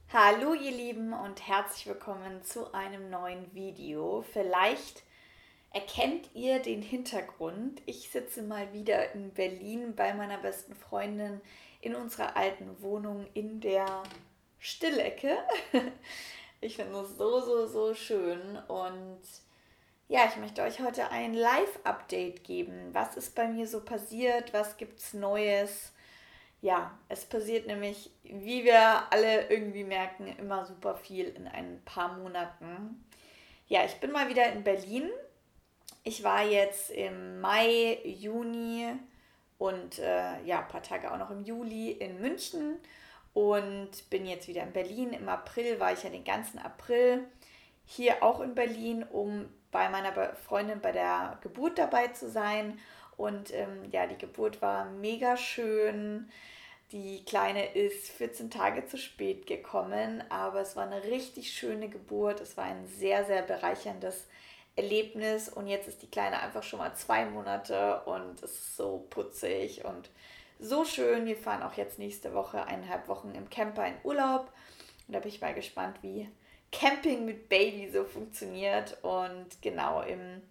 Hallo ihr Lieben und herzlich willkommen zu einem neuen Video. Vielleicht erkennt ihr den Hintergrund. Ich sitze mal wieder in Berlin bei meiner besten Freundin in unserer alten Wohnung in der Stillecke. Ich finde es so schön und ja, ich möchte euch heute ein Live-Update geben. Was ist bei mir so passiert? Was gibt's Neues? Ja, es passiert nämlich, wie wir alle irgendwie merken, immer super viel in ein paar Monaten. Ja, ich bin mal wieder in Berlin. Ich war jetzt im Mai, Juni und ja, ein paar Tage auch noch im Juli in München und bin jetzt wieder in Berlin. Im April war ich ja den ganzen April hier auch in Berlin, um bei meiner Freundin bei der Geburt dabei zu sein. Und ja, die Geburt war mega schön. Die Kleine ist 14 Tage zu spät gekommen, aber es war eine richtig schöne Geburt. Es war ein sehr bereicherndes Erlebnis und jetzt ist die Kleine einfach schon mal 2 Monate und es ist so putzig und so schön. Wir fahren auch jetzt nächste Woche 1,5 Wochen im Camper in Urlaub und da bin ich mal gespannt, wie Camping mit Baby so funktioniert. Und genau im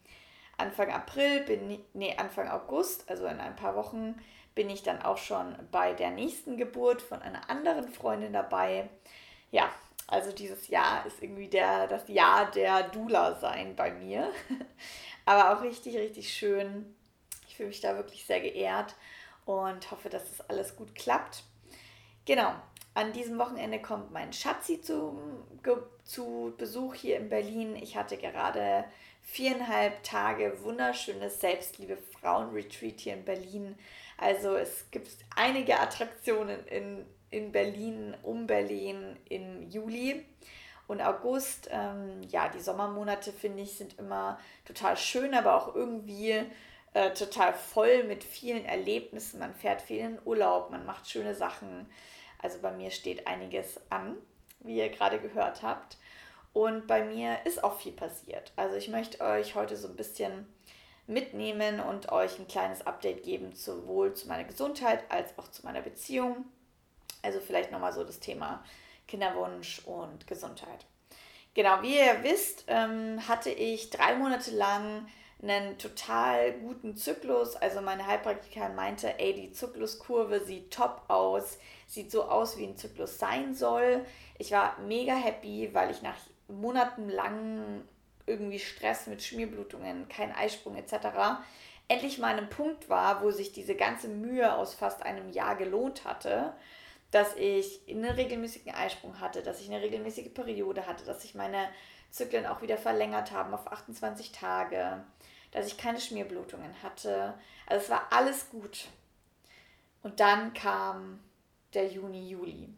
Anfang August, also in ein paar Wochen, bin ich dann auch schon bei der nächsten Geburt von einer anderen Freundin dabei. Ja, also dieses Jahr ist irgendwie das Jahr der Doula sein bei mir. Aber auch richtig schön. Ich fühle mich da wirklich sehr geehrt und hoffe, dass das alles gut klappt. Genau, an diesem Wochenende kommt mein Schatzi zu Besuch hier in Berlin. Ich hatte gerade 4,5 Tage wunderschönes Selbstliebe-Frauen-Retreat hier in Berlin. Also es gibt einige Attraktionen in Berlin, um Berlin im Juli und August. Ja, die Sommermonate, finde ich, sind immer total schön, aber auch irgendwie total voll mit vielen Erlebnissen. Man fährt viel in Urlaub, man macht schöne Sachen. Also bei mir steht einiges an, wie ihr gerade gehört habt. Und bei mir ist auch viel passiert. Also ich möchte euch heute so ein bisschen mitnehmen und euch ein kleines Update geben, sowohl zu meiner Gesundheit als auch zu meiner Beziehung. Also vielleicht nochmal so das Thema Kinderwunsch und Gesundheit. Genau, wie ihr wisst, hatte ich 3 Monate lang einen total guten Zyklus. Also meine Heilpraktikerin meinte, ey, die Zykluskurve sieht top aus, sieht so aus, wie ein Zyklus sein soll. Ich war mega happy, weil ich nach monatelang irgendwie Stress mit Schmierblutungen, kein Eisprung etc. endlich mal an einem Punkt war, wo sich diese ganze Mühe aus fast einem Jahr gelohnt hatte, dass ich einen regelmäßigen Eisprung hatte, dass ich eine regelmäßige Periode hatte, dass sich meine Zyklen auch wieder verlängert haben auf 28 Tage, dass ich keine Schmierblutungen hatte. Also es war alles gut. Und dann kam der Juni, Juli.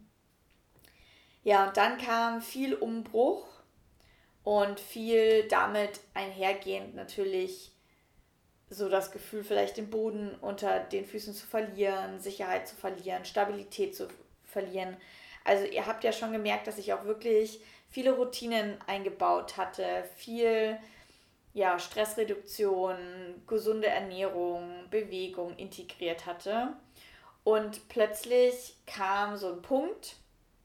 Ja, und dann kam viel Umbruch und viel damit einhergehend natürlich so das Gefühl, vielleicht den Boden unter den Füßen zu verlieren, Sicherheit zu verlieren, Stabilität zu verlieren. Also ihr habt ja schon gemerkt, dass ich auch wirklich viele Routinen eingebaut hatte, viel ja, Stressreduktion, gesunde Ernährung, Bewegung integriert hatte. Und plötzlich kam so ein Punkt,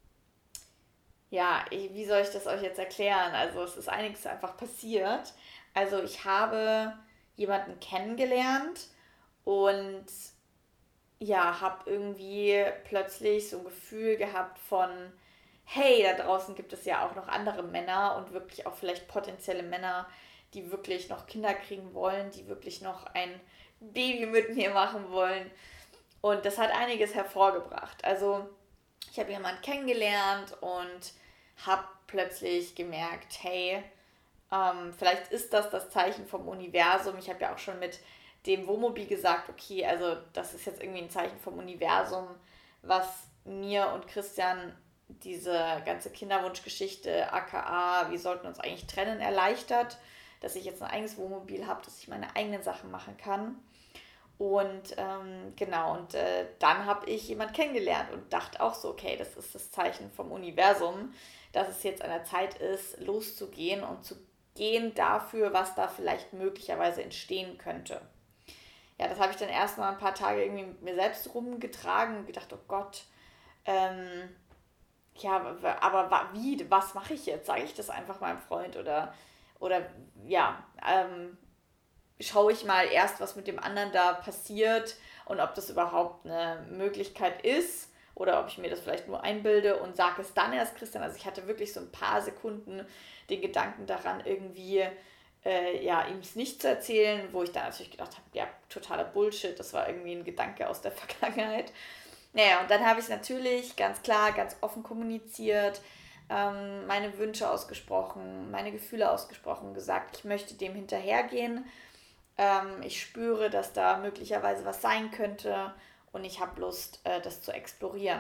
ja, wie soll ich das euch jetzt erklären? Also es ist einiges einfach passiert. Also ich habe jemanden kennengelernt und ja, habe irgendwie plötzlich so ein Gefühl gehabt von, hey, da draußen gibt es ja auch noch andere Männer und wirklich auch vielleicht potenzielle Männer, die wirklich noch Kinder kriegen wollen, die wirklich noch ein Baby mit mir machen wollen. Und das hat einiges hervorgebracht. Also ich habe jemanden kennengelernt und habe plötzlich gemerkt, hey, vielleicht ist das Zeichen vom Universum. Ich habe ja auch schon mit dem Wohnmobil gesagt, okay, also das ist jetzt irgendwie ein Zeichen vom Universum, was mir und Christian diese ganze Kinderwunschgeschichte, aka, wir sollten uns eigentlich trennen, erleichtert, dass ich jetzt ein eigenes Wohnmobil habe, dass ich meine eigenen Sachen machen kann. Und genau, und dann habe ich jemanden kennengelernt und dachte auch so, okay, das ist das Zeichen vom Universum, dass es jetzt an der Zeit ist, loszugehen und zu gehen dafür, was da vielleicht möglicherweise entstehen könnte. Ja, das habe ich dann erstmal ein paar Tage irgendwie mit mir selbst rumgetragen und gedacht, oh Gott, ähm, ja, aber wie, was mache ich jetzt? Sage ich das einfach meinem Freund oder ja, schaue ich mal erst, was mit dem anderen da passiert und ob das überhaupt eine Möglichkeit ist oder ob ich mir das vielleicht nur einbilde und sage es dann erst Christian. Also ich hatte wirklich so ein paar Sekunden den Gedanken daran, irgendwie ja, ihm es nicht zu erzählen, wo ich dann natürlich gedacht habe, ja, totaler Bullshit, das war irgendwie ein Gedanke aus der Vergangenheit. Naja, und dann habe ich es natürlich ganz klar, ganz offen kommuniziert, meine Wünsche ausgesprochen, meine Gefühle ausgesprochen, gesagt, ich möchte dem hinterhergehen. Ich spüre, dass da möglicherweise was sein könnte und ich habe Lust, das zu explorieren.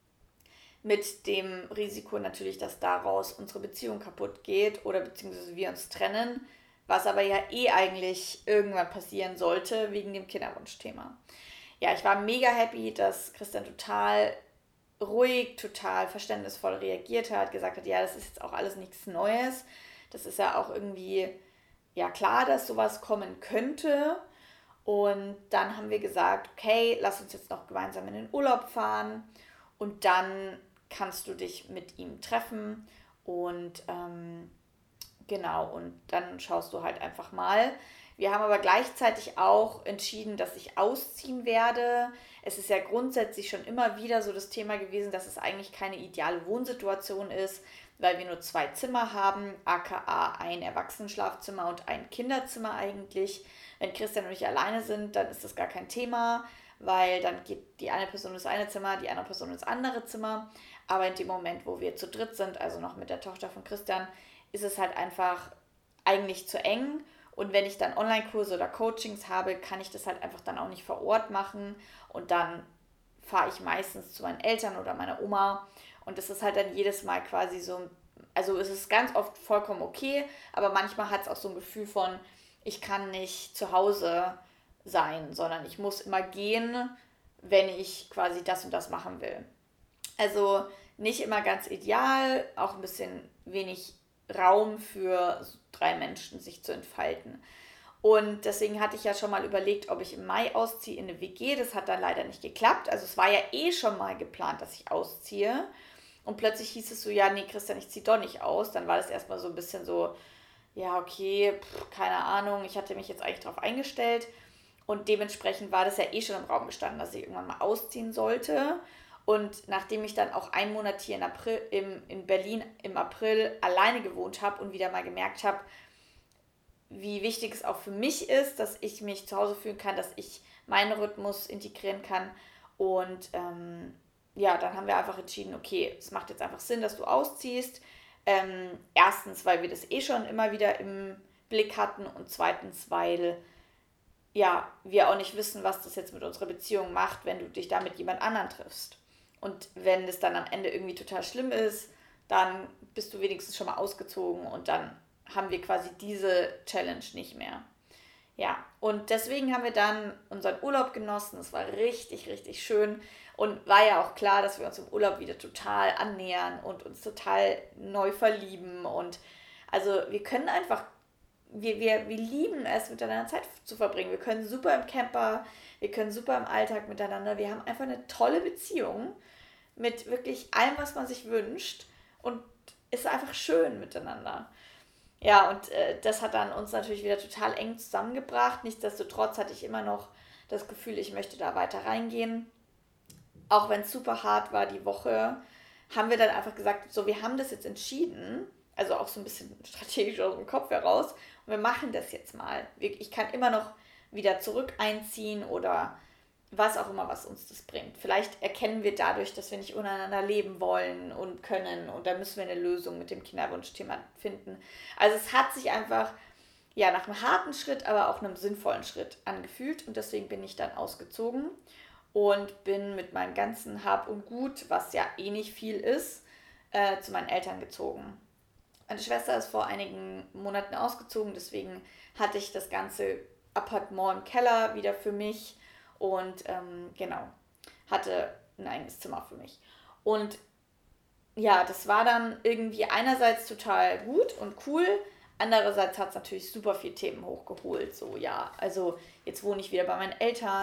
Mit dem Risiko natürlich, dass daraus unsere Beziehung kaputt geht oder beziehungsweise wir uns trennen, was aber ja eigentlich irgendwann passieren sollte wegen dem Kinderwunschthema. Ja, ich war mega happy, dass Christian total ruhig, total verständnisvoll reagiert hat, gesagt hat, ja, das ist jetzt auch alles nichts Neues. Das ist ja auch irgendwie, ja klar, dass sowas kommen könnte. Und dann haben wir gesagt, okay, lass uns jetzt noch gemeinsam in den Urlaub fahren und dann kannst du dich mit ihm treffen und genau, und dann schaust du halt einfach mal. Wir haben aber gleichzeitig auch entschieden, dass ich ausziehen werde. Es ist ja grundsätzlich schon immer wieder so das Thema gewesen, dass es eigentlich keine ideale Wohnsituation ist, weil wir nur 2 Zimmer haben, aka ein Erwachsenenschlafzimmer und ein Kinderzimmer eigentlich. Wenn Christian und ich alleine sind, dann ist das gar kein Thema, weil dann geht die eine Person ins eine Zimmer, die andere Person ins andere Zimmer. Aber in dem Moment, wo wir zu dritt sind, also noch mit der Tochter von Christian, ist es halt einfach eigentlich zu eng. Und wenn ich dann Online-Kurse oder Coachings habe, kann ich das halt einfach dann auch nicht vor Ort machen. Und dann fahre ich meistens zu meinen Eltern oder meiner Oma. Und das ist halt dann jedes Mal quasi so, also es ist ganz oft vollkommen okay, aber manchmal hat es auch so ein Gefühl von, ich kann nicht zu Hause sein, sondern ich muss immer gehen, wenn ich quasi das und das machen will. Also nicht immer ganz ideal, auch ein bisschen wenig Raum für 3 Menschen sich zu entfalten. Und deswegen hatte ich ja schon mal überlegt, ob ich im Mai ausziehe in eine WG. Das hat dann leider nicht geklappt. Also es war ja eh schon mal geplant, dass ich ausziehe. Und plötzlich hieß es so, ja, nee, Christian, ich ziehe doch nicht aus. Dann war das erstmal so ein bisschen so, ja, okay, keine Ahnung. Ich hatte mich jetzt eigentlich darauf eingestellt. Und dementsprechend war das ja eh schon im Raum gestanden, dass ich irgendwann mal ausziehen sollte. Und nachdem ich dann auch einen Monat hier in Berlin im April alleine gewohnt habe und wieder mal gemerkt habe, wie wichtig es auch für mich ist, dass ich mich zu Hause fühlen kann, dass ich meinen Rhythmus integrieren kann. Und ja, dann haben wir einfach entschieden, okay, es macht jetzt einfach Sinn, dass du ausziehst. Erstens, weil wir das eh schon immer wieder im Blick hatten und zweitens, weil ja, wir auch nicht wissen, was das jetzt mit unserer Beziehung macht, wenn du dich da mit jemand anderen triffst. Und wenn es dann am Ende irgendwie total schlimm ist, dann bist du wenigstens schon mal ausgezogen und dann haben wir quasi diese Challenge nicht mehr. Ja, und deswegen haben wir dann unseren Urlaub genossen. Es war richtig, richtig schön und war ja auch klar, dass wir uns im Urlaub wieder total annähern und uns total neu verlieben. Und also wir können einfach, wir lieben es, miteinander Zeit zu verbringen. Wir können super im Camper, wir können super im Alltag miteinander. Wir haben einfach eine tolle Beziehung mit wirklich allem, was man sich wünscht und ist einfach schön miteinander. Ja, und das hat dann uns natürlich wieder total eng zusammengebracht. Nichtsdestotrotz hatte ich immer noch das Gefühl, ich möchte da weiter reingehen. Auch wenn es super hart war die Woche, haben wir dann einfach gesagt, so, wir haben das jetzt entschieden, also auch so ein bisschen strategisch aus dem Kopf heraus, und wir machen das jetzt mal. Ich kann immer noch wieder zurück einziehen oder was auch immer, was uns das bringt. Vielleicht erkennen wir dadurch, dass wir nicht untereinander leben wollen und können und da müssen wir eine Lösung mit dem Kinderwunschthema finden. Also es hat sich einfach ja nach einem harten Schritt, aber auch einem sinnvollen Schritt angefühlt und deswegen bin ich dann ausgezogen und bin mit meinem ganzen Hab und Gut, was ja eh nicht viel ist, zu meinen Eltern gezogen. Meine Schwester ist vor einigen Monaten ausgezogen, deswegen hatte ich das ganze Appartement im Keller wieder für mich und genau, hatte ein eigenes Zimmer für mich. Und ja, das war dann irgendwie einerseits total gut und cool, andererseits hat es natürlich super viele Themen hochgeholt. So, ja, also jetzt wohne ich wieder bei meinen Eltern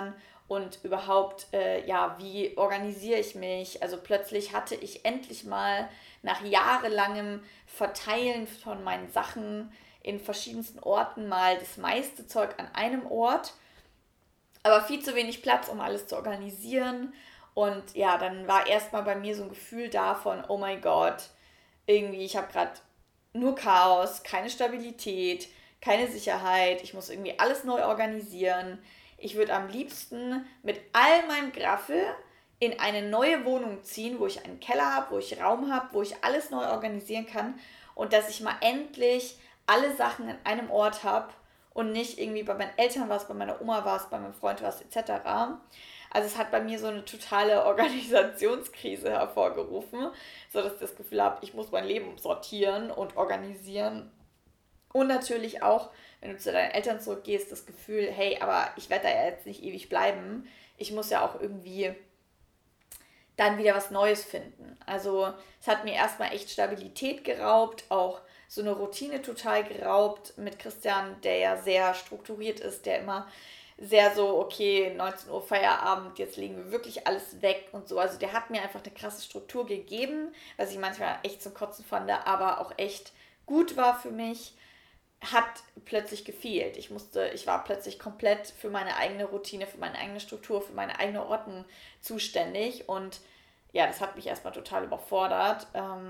und überhaupt, wie organisiere ich mich? Also plötzlich hatte ich endlich mal nach jahrelangem Verteilen von meinen Sachen in verschiedensten Orten mal das meiste Zeug an einem Ort, aber viel zu wenig Platz, um alles zu organisieren. Und ja, dann war erstmal bei mir so ein Gefühl davon, oh mein Gott, irgendwie, ich habe gerade nur Chaos, keine Stabilität, keine Sicherheit, ich muss irgendwie alles neu organisieren. Ich würde am liebsten mit all meinem Graffel in eine neue Wohnung ziehen, wo ich einen Keller habe, wo ich Raum habe, wo ich alles neu organisieren kann und dass ich mal endlich alle Sachen an einem Ort habe und nicht irgendwie bei meinen Eltern was, bei meiner Oma was, bei meinem Freund was etc. Also es hat bei mir so eine totale Organisationskrise hervorgerufen, so dass ich das Gefühl habe, ich muss mein Leben sortieren und organisieren. Und natürlich auch, wenn du zu deinen Eltern zurückgehst, das Gefühl, hey, aber ich werde da ja jetzt nicht ewig bleiben. Ich muss ja auch irgendwie dann wieder was Neues finden. Also es hat mir erstmal echt Stabilität geraubt, auch so eine Routine total geraubt mit Christian, der ja sehr strukturiert ist, der immer sehr so, okay, 19 Uhr Feierabend, jetzt legen wir wirklich alles weg und so. Also der hat mir einfach eine krasse Struktur gegeben, was ich manchmal echt zum Kotzen fand, aber auch echt gut war für mich, hat plötzlich gefehlt. Ich war plötzlich komplett für meine eigene Routine, für meine eigene Struktur, für meine eigene Ordnung zuständig und ja, das hat mich erstmal total überfordert.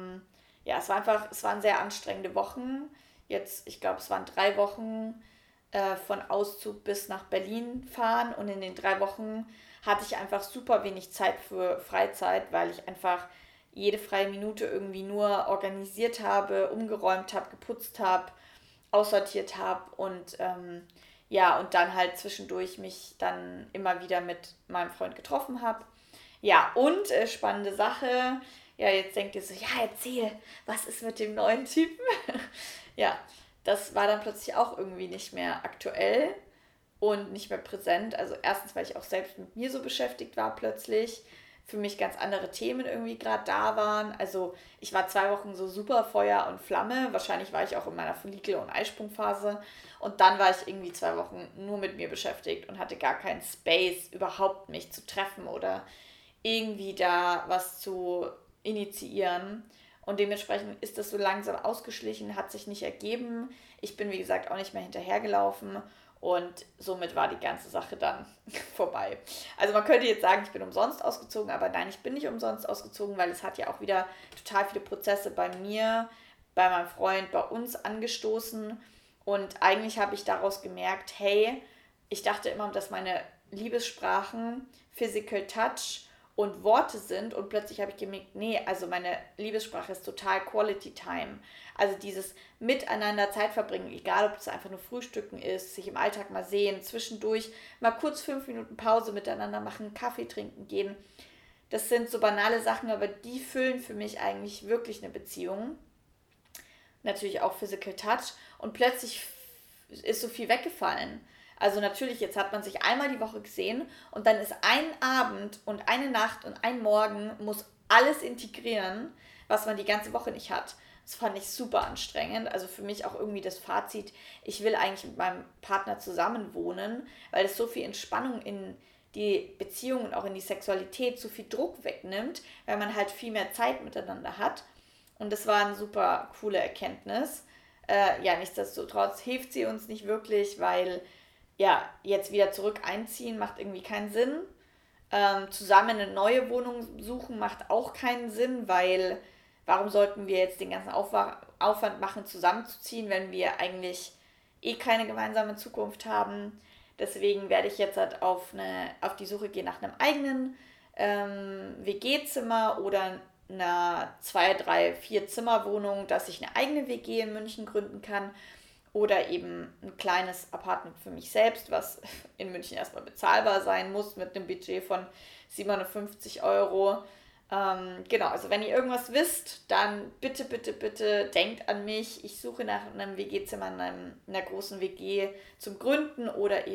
Es waren sehr anstrengende Wochen. Jetzt, ich glaube, es waren 3 Wochen von Auszug bis nach Berlin fahren und in den 3 Wochen hatte ich einfach super wenig Zeit für Freizeit, weil ich einfach jede freie Minute irgendwie nur organisiert habe, umgeräumt habe, geputzt habe, aussortiert habe und dann halt zwischendurch mich dann immer wieder mit meinem Freund getroffen habe. Ja, und spannende Sache. Ja, jetzt denkt ihr so, ja, erzähl, was ist mit dem neuen Typen? Ja, das war dann plötzlich auch irgendwie nicht mehr aktuell und nicht mehr präsent. Also erstens, weil ich auch selbst mit mir so beschäftigt war plötzlich. Für mich ganz andere Themen irgendwie gerade da waren. Also ich war 2 Wochen so super Feuer und Flamme. Wahrscheinlich war ich auch in meiner Follikel- und Eisprungphase. Und dann war ich irgendwie 2 Wochen nur mit mir beschäftigt und hatte gar keinen Space, überhaupt mich zu treffen oder irgendwie da was zu initiieren. Und dementsprechend ist das so langsam ausgeschlichen, hat sich nicht ergeben. Ich bin, wie gesagt, auch nicht mehr hinterhergelaufen. Und somit war die ganze Sache dann vorbei. Also man könnte jetzt sagen, ich bin umsonst ausgezogen, aber nein, ich bin nicht umsonst ausgezogen, weil es hat ja auch wieder total viele Prozesse bei mir, bei meinem Freund, bei uns angestoßen. Und eigentlich habe ich daraus gemerkt, hey, ich dachte immer, dass meine Liebessprachen Physical Touch und Worte sind und plötzlich habe ich gemerkt, nee, also meine Liebessprache ist total Quality Time. Also dieses Miteinander Zeit verbringen, egal ob es einfach nur Frühstücken ist, sich im Alltag mal sehen, zwischendurch mal kurz 5 Minuten Pause miteinander machen, Kaffee trinken gehen. Das sind so banale Sachen, aber die füllen für mich eigentlich wirklich eine Beziehung. Natürlich auch Physical Touch und plötzlich ist so viel weggefallen. Also natürlich, jetzt hat man sich einmal die Woche gesehen und dann ist ein Abend und eine Nacht und ein Morgen muss alles integrieren, was man die ganze Woche nicht hat. Das fand ich super anstrengend. Also für mich auch irgendwie das Fazit, ich will eigentlich mit meinem Partner zusammen wohnen, weil es so viel Entspannung in die Beziehung und auch in die Sexualität, so viel Druck wegnimmt, weil man halt viel mehr Zeit miteinander hat. Und das war eine super coole Erkenntnis. Nichtsdestotrotz hilft sie uns nicht wirklich, weil ja, jetzt wieder zurück einziehen macht irgendwie keinen Sinn. Zusammen eine neue Wohnung suchen macht auch keinen Sinn, weil warum sollten wir jetzt den ganzen Aufwand machen, zusammenzuziehen, wenn wir eigentlich eh keine gemeinsame Zukunft haben. Deswegen werde ich jetzt halt auf die Suche gehen nach einem eigenen WG-Zimmer oder einer 2, 3, 4 Zimmerwohnung, dass ich eine eigene WG in München gründen kann oder eben ein kleines Apartment für mich selbst, was in München erstmal bezahlbar sein muss mit einem Budget von 750 Euro. Genau, also wenn ihr irgendwas wisst, dann bitte, bitte, bitte denkt an mich. Ich suche nach einem WG-Zimmer, in einer großen WG zum Gründen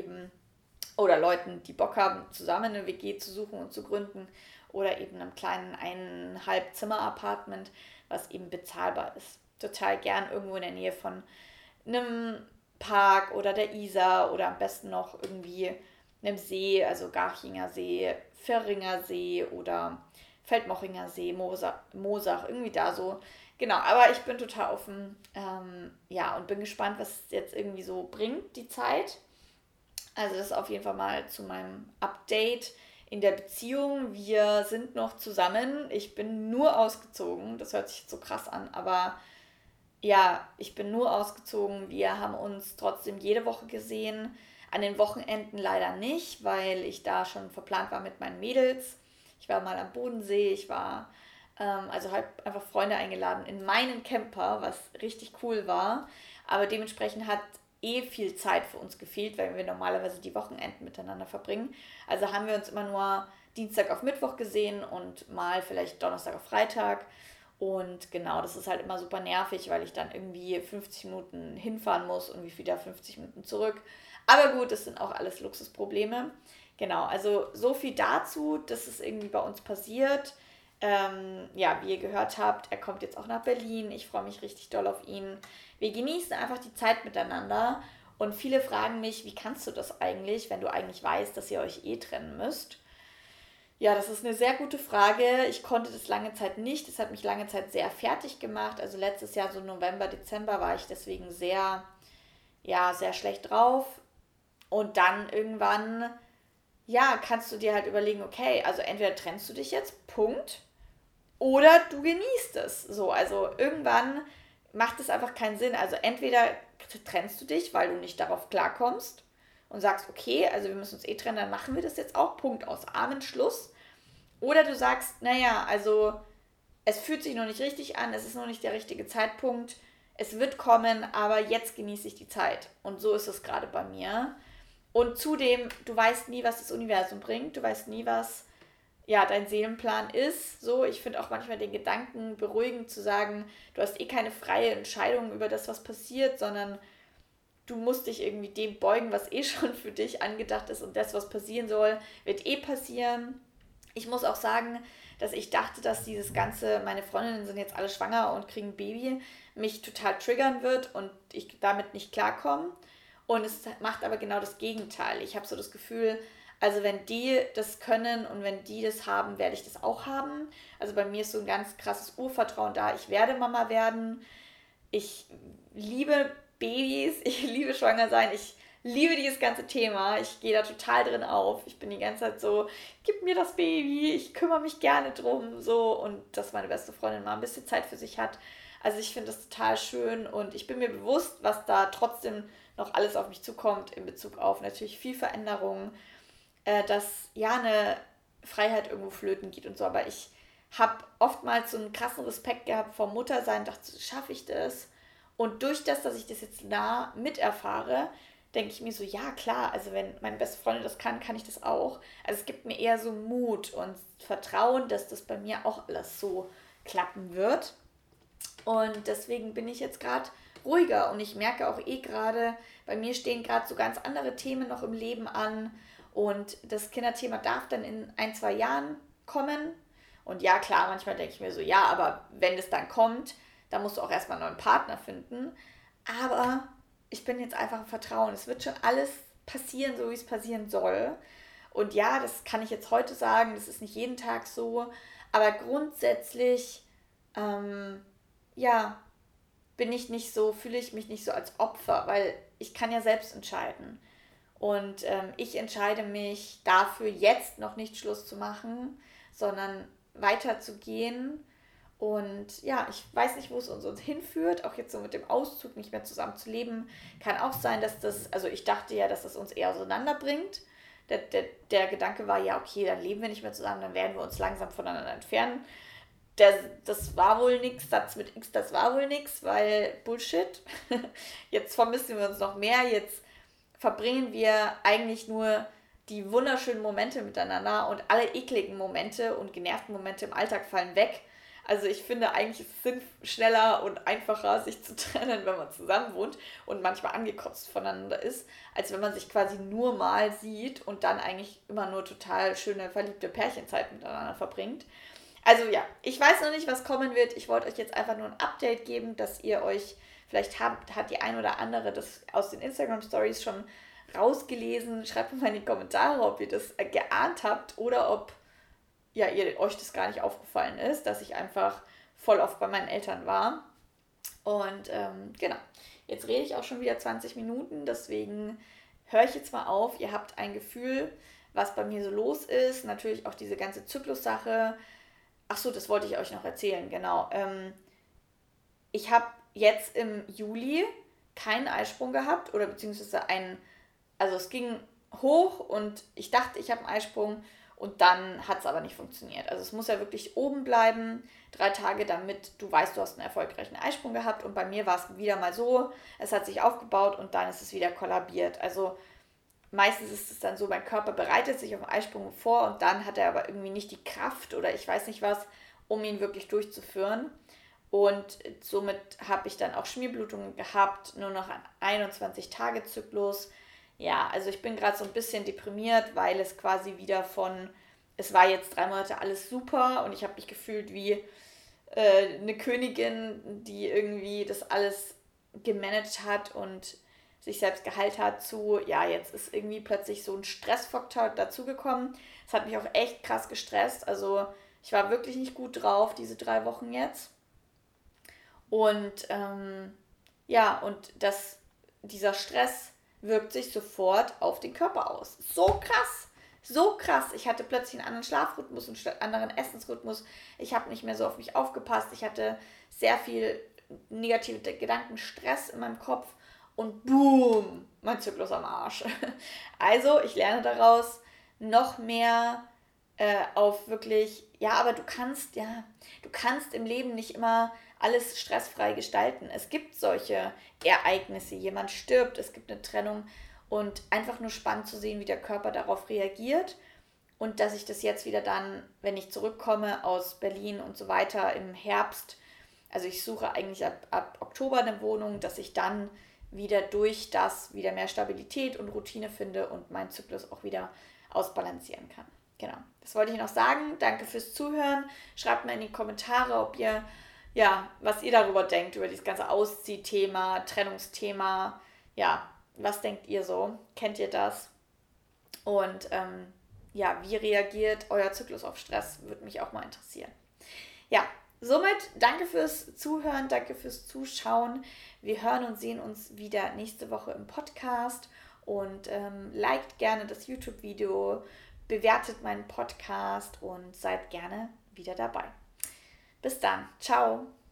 oder Leuten, die Bock haben, zusammen eine WG zu suchen und zu gründen oder eben einem kleinen 1,5 Zimmer-Apartment, was eben bezahlbar ist. Total gern irgendwo in der Nähe von einem Park oder der Isar oder am besten noch irgendwie einem See, also Garchinger See, Ferringer See oder Feldmochinger See, Moosach, irgendwie da so. Genau, aber ich bin total offen, ja, und bin gespannt, was es jetzt irgendwie so bringt, die Zeit. Also das ist auf jeden Fall mal zu meinem Update in der Beziehung. Wir sind noch zusammen. Ich bin nur ausgezogen. Das hört sich jetzt so krass an, aber ja, ich bin nur ausgezogen. Wir haben uns trotzdem jede Woche gesehen. An den Wochenenden leider nicht, weil ich da schon verplant war mit meinen Mädels. Ich war mal am Bodensee, also halt einfach Freunde eingeladen in meinen Camper, was richtig cool war. Aber dementsprechend hat viel Zeit für uns gefehlt, weil wir normalerweise die Wochenenden miteinander verbringen. Also haben wir uns immer nur Dienstag auf Mittwoch gesehen und mal vielleicht Donnerstag auf Freitag. Und genau, das ist halt immer super nervig, weil ich dann irgendwie 50 Minuten hinfahren muss und wieder 50 Minuten zurück. Aber gut, das sind auch alles Luxusprobleme. Genau, also so viel dazu, dass es irgendwie bei uns passiert. Ja, wie ihr gehört habt, er kommt jetzt auch nach Berlin. Ich freue mich richtig doll auf ihn. Wir genießen einfach die Zeit miteinander. Und viele fragen mich, wie kannst du das eigentlich, wenn du eigentlich weißt, dass ihr euch trennen müsst? Ja, das ist eine sehr gute Frage. Ich konnte das lange Zeit nicht. Das hat mich lange Zeit sehr fertig gemacht. Also letztes Jahr, so November, Dezember, war ich deswegen sehr, ja, sehr schlecht drauf. Und dann irgendwann, ja, kannst du dir halt überlegen, okay, also entweder trennst du dich jetzt, Punkt, oder du genießt es. So, also irgendwann macht es einfach keinen Sinn. Also entweder trennst du dich, weil du nicht darauf klarkommst und sagst, okay, also wir müssen uns trennen, dann machen wir das jetzt auch, Punkt aus, Amen, Schluss. Oder du sagst, naja, also es fühlt sich noch nicht richtig an, es ist noch nicht der richtige Zeitpunkt, es wird kommen, aber jetzt genieße ich die Zeit. Und so ist es gerade bei mir. Und zudem, du weißt nie, was das Universum bringt, du weißt nie, was ja, dein Seelenplan ist. So, ich finde auch manchmal den Gedanken beruhigend zu sagen, du hast keine freie Entscheidung über das, was passiert, sondern du musst dich irgendwie dem beugen, was schon für dich angedacht ist und das, was passieren soll, wird passieren. Ich muss auch sagen, dass ich dachte, dass dieses Ganze, meine Freundinnen sind jetzt alle schwanger und kriegen ein Baby, mich total triggern wird und ich damit nicht klarkomme. Und es macht aber genau das Gegenteil. Ich habe so das Gefühl, also wenn die das können und wenn die das haben, werde ich das auch haben. Also bei mir ist so ein ganz krasses Urvertrauen da. Ich werde Mama werden. Ich liebe Babys. Ich liebe schwanger sein. Ich liebe dieses ganze Thema. Ich gehe da total drin auf. Ich bin die ganze Zeit so, gib mir das Baby. Ich kümmere mich gerne drum. So. Und dass meine beste Freundin mal ein bisschen Zeit für sich hat. Also ich finde das total schön und ich bin mir bewusst, was da trotzdem noch alles auf mich zukommt in Bezug auf natürlich viel Veränderung, dass ja eine Freiheit irgendwo flöten geht und so. Aber ich habe oftmals so einen krassen Respekt gehabt vor Muttersein, dachte, schaffe ich das? Und durch das, dass ich das jetzt nah miterfahre, denke ich mir so, ja klar, also wenn meine beste Freundin das kann, kann ich das auch. Also es gibt mir eher so Mut und Vertrauen, dass das bei mir auch alles so klappen wird. Und deswegen bin ich jetzt gerade ruhiger und ich merke auch gerade, bei mir stehen gerade so ganz andere Themen noch im Leben an und das Kinderthema darf dann in 1, 2 Jahren kommen. Und ja, klar, manchmal denke ich mir so, ja, aber wenn es dann kommt, dann musst du auch erstmal einen neuen Partner finden. Aber ich bin jetzt einfach im Vertrauen. Es wird schon alles passieren, so wie es passieren soll. Und ja, das kann ich jetzt heute sagen, das ist nicht jeden Tag so. Aber grundsätzlich, ja, fühle ich mich nicht so als Opfer, weil ich kann ja selbst entscheiden. Und ich entscheide mich dafür, jetzt noch nicht Schluss zu machen, sondern weiterzugehen. Und ja, ich weiß nicht, wo es uns hinführt, auch jetzt so mit dem Auszug nicht mehr zusammen zu leben. Kann auch sein, dass also ich dachte ja, dass das uns eher auseinanderbringt. Der Gedanke war ja, okay, dann leben wir nicht mehr zusammen, dann werden wir uns langsam voneinander entfernen. Das war wohl nix, Satz mit X, das war wohl nix, weil Bullshit. Jetzt vermissen wir uns noch mehr, jetzt verbringen wir eigentlich nur die wunderschönen Momente miteinander und alle ekligen Momente und genervten Momente im Alltag fallen weg. Also ich finde eigentlich ist es schneller und einfacher, sich zu trennen, wenn man zusammen wohnt und manchmal angekotzt voneinander ist, als wenn man sich quasi nur mal sieht und dann eigentlich immer nur total schöne, verliebte Pärchenzeit miteinander verbringt. Also ja, ich weiß noch nicht, was kommen wird. Ich wollte euch jetzt einfach nur ein Update geben, dass ihr euch, vielleicht hat die ein oder andere das aus den Instagram Stories schon rausgelesen. Schreibt mir mal in die Kommentare, ob ihr das geahnt habt oder ob euch das gar nicht aufgefallen ist, dass ich einfach voll oft bei meinen Eltern war. Und genau, jetzt rede ich auch schon wieder 20 Minuten, deswegen höre ich jetzt mal auf. Ihr habt ein Gefühl, was bei mir so los ist. Natürlich auch diese ganze Zyklussache. Ach so, das wollte ich euch noch erzählen, genau. Ich habe jetzt im Juli keinen Eisprung gehabt oder beziehungsweise also es ging hoch und ich dachte, ich habe einen Eisprung und dann hat es aber nicht funktioniert. Also es muss ja wirklich oben bleiben, 3 Tage, damit du weißt, du hast einen erfolgreichen Eisprung gehabt. Und bei mir war es wieder mal so, es hat sich aufgebaut und dann ist es wieder kollabiert. Also meistens ist es dann so, mein Körper bereitet sich auf den Eisprung vor und dann hat er aber irgendwie nicht die Kraft oder ich weiß nicht was, um ihn wirklich durchzuführen. Und somit habe ich dann auch Schmierblutungen gehabt, nur noch einen 21-Tage-Zyklus. Ja, also ich bin gerade so ein bisschen deprimiert, weil es quasi wieder es war jetzt 3 Monate alles super und ich habe mich gefühlt wie eine Königin, die irgendwie das alles gemanagt hat und sich selbst geheilt hat, jetzt ist irgendwie plötzlich so ein Stressfaktor dazugekommen. Es hat mich auch echt krass gestresst. Also ich war wirklich nicht gut drauf, diese 3 Wochen jetzt. Und dieser Stress wirkt sich sofort auf den Körper aus. So krass, so krass. Ich hatte plötzlich einen anderen Schlafrhythmus, einen anderen Essensrhythmus. Ich habe nicht mehr so auf mich aufgepasst. Ich hatte sehr viel negative Gedanken, Stress in meinem Kopf und boom, mein Zyklus am Arsch. Also ich lerne daraus noch mehr auf wirklich, aber du kannst im Leben nicht immer alles stressfrei gestalten. Es gibt solche Ereignisse, jemand stirbt, es gibt eine Trennung und einfach nur spannend zu sehen, wie der Körper darauf reagiert und dass ich das jetzt wieder dann, wenn ich zurückkomme aus Berlin und so weiter im Herbst, also ich suche eigentlich ab Oktober eine Wohnung, dass ich dann wieder durch das wieder mehr Stabilität und Routine finde und meinen Zyklus auch wieder ausbalancieren kann. Genau, das wollte ich noch sagen. Danke fürs Zuhören. Schreibt mir in die Kommentare, ob ihr was ihr darüber denkt, über dieses ganze Ausziehthema, Trennungsthema. Ja, was denkt ihr so? Kennt ihr das? Und wie reagiert euer Zyklus auf Stress? Würde mich auch mal interessieren. Ja, somit danke fürs Zuhören, danke fürs Zuschauen. Wir hören und sehen uns wieder nächste Woche im Podcast. Und liked gerne das YouTube-Video, bewertet meinen Podcast und seid gerne wieder dabei. Bis dann. Ciao.